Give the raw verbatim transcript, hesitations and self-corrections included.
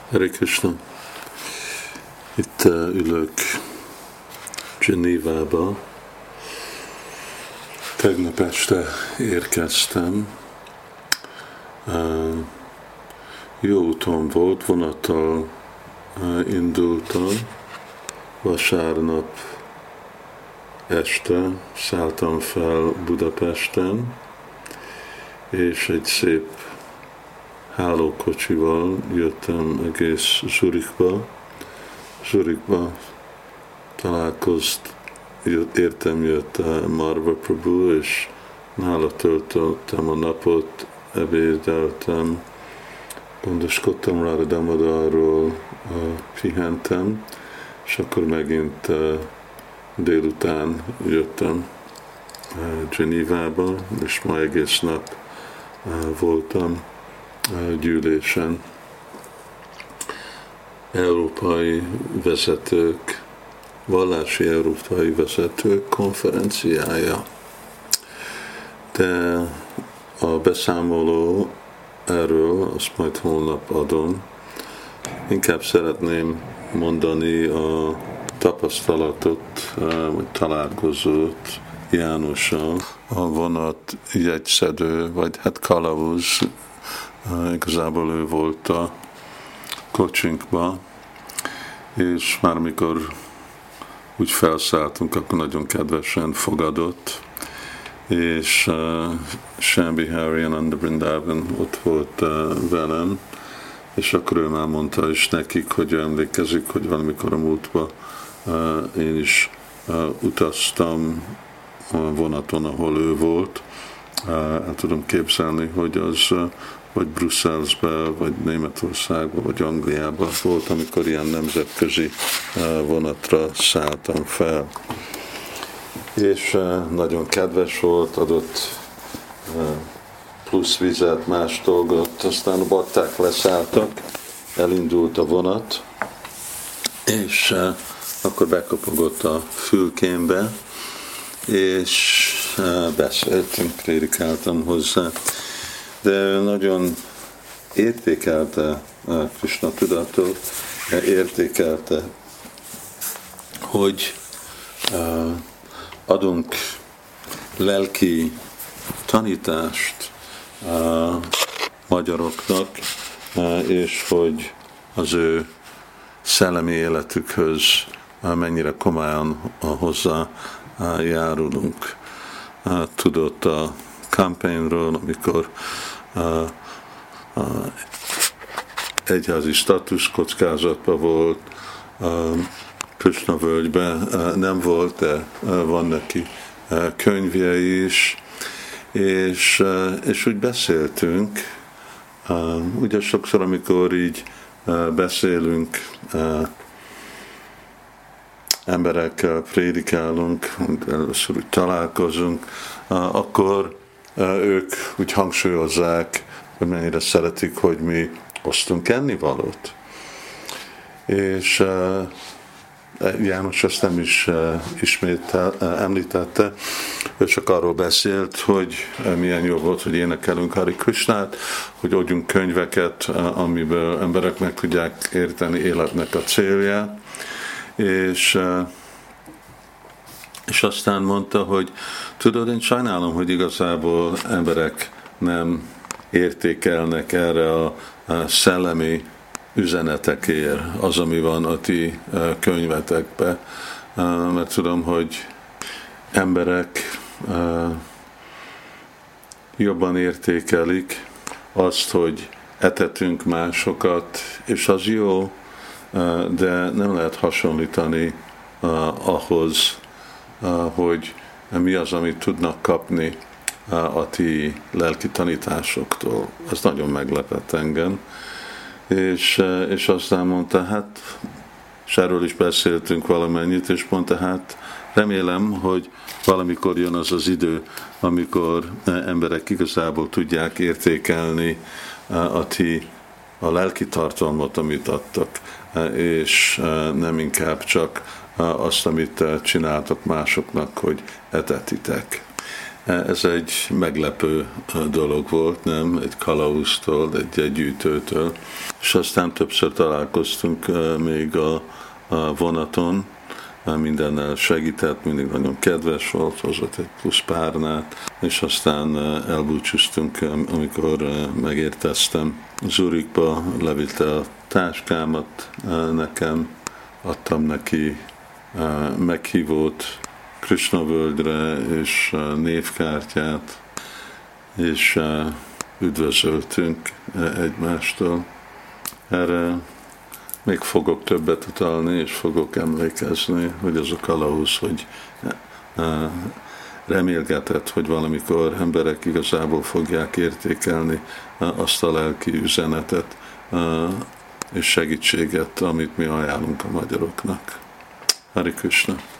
Hare Krishna. Itt uh, ülök Genevába. Tegnap este érkeztem. Uh, jó úton volt, vonattal uh, indultam. Vasárnap este szálltam fel Budapesten, és egy szép hálókocsival jöttem egész Zurichba. Zurichba találkozt, értem jött Marva Prabhu, és nála töltöttem a napot, ebédeltem, gondoskodtam rá a Damodarról, pihentem, és akkor megint délután jöttem Genevába, és ma egész nap voltam gyűlésen. Európai vezetők, vallási európai vezetők konferenciája. De a beszámoló erről, azt majd holnap adom. Inkább szeretném mondani a tapasztalatot, vagy találkozót Jánossal. A vonat jegyszedő, vagy hát kalauz, igazából ő volt a kocsinkba, és már mikor úgy felszálltunk, akkor nagyon kedvesen fogadott, és uh, Shambi Hari and Vrindavan ott volt uh, velem, és akkor ő már mondta is nekik, hogy emlékezik, hogy valamikor a múltban uh, én is uh, utaztam a vonaton, ahol ő volt. Uh, el tudom képzelni, hogy az uh, vagy Brüsszelbe, vagy Németországba, vagy Angliába volt, amikor ilyen nemzetközi vonatra szálltam fel. És nagyon kedves volt, adott plusz vizet, más dolgot, aztán a bakták leszálltak, elindult a vonat, és akkor bekopogott a fülkémbe, és beszéltünk, prédikáltam hozzá. De nagyon értékelte Krishna tudatot, értékelte, hogy adunk lelki tanítást magyaroknak, és hogy az ő szellemi életükhöz mennyire komolyan hozzá járulunk. Tudott a kampányról, amikor uh, uh, egyházi státusz kockázatban volt, uh, Krishna völgyben uh, nem volt, de uh, van neki uh, könyvje is, és, uh, és úgy beszéltünk, uh, ugye sokszor, amikor így uh, beszélünk, uh, emberekkel prédikálunk, először úgy találkozunk, uh, akkor ők úgy hangsúlyozzák, hogy mennyire szeretik, hogy mi osztunk ennivalót. És uh, János ezt nem is uh, ismét uh, említette, ő csak arról beszélt, hogy uh, milyen jó volt, hogy énekelünk Hari Krishnát, hogy adjunk könyveket, uh, amiből emberek meg tudják érteni életnek a célját. És uh, És aztán mondta, hogy tudod, én sajnálom, hogy igazából emberek nem értékelnek erre a, a szellemi üzenetekért, az, ami van a ti könyvetekben, mert tudom, hogy emberek jobban értékelik azt, hogy etetünk másokat, és az jó, de nem lehet hasonlítani ahhoz, hogy mi az, amit tudnak kapni a ti lelki tanításoktól. Ez nagyon meglepett engem. És, és aztán mondta, hát, és erről is beszéltünk valamennyit, és mondta, hát remélem, hogy valamikor jön az az idő, amikor emberek igazából tudják értékelni a ti a lelki tartalmat, amit adtak, és nem inkább csak azt, amit csináltak másoknak, hogy etetitek. Ez egy meglepő dolog volt, nem? Egy kalauztól, egy, egy gyűjtőtől. És aztán többször találkoztunk még a, a vonaton, mindennel segített, mindig nagyon kedves volt, hozott egy plusz párnát, és aztán elbúcsúztunk, amikor megérkeztem Zurichba, levitte a táskámat nekem, adtam neki meghívót Krishna völgyre és névkártyát, és üdvözöltünk egymástól. Erre még fogok többet utalni, és fogok emlékezni, hogy az a kalauz, hogy remélgetett, hogy valamikor emberek igazából fogják értékelni azt a lelki üzenetet és segítséget, amit mi ajánlunk a magyaroknak. Hare Krishna!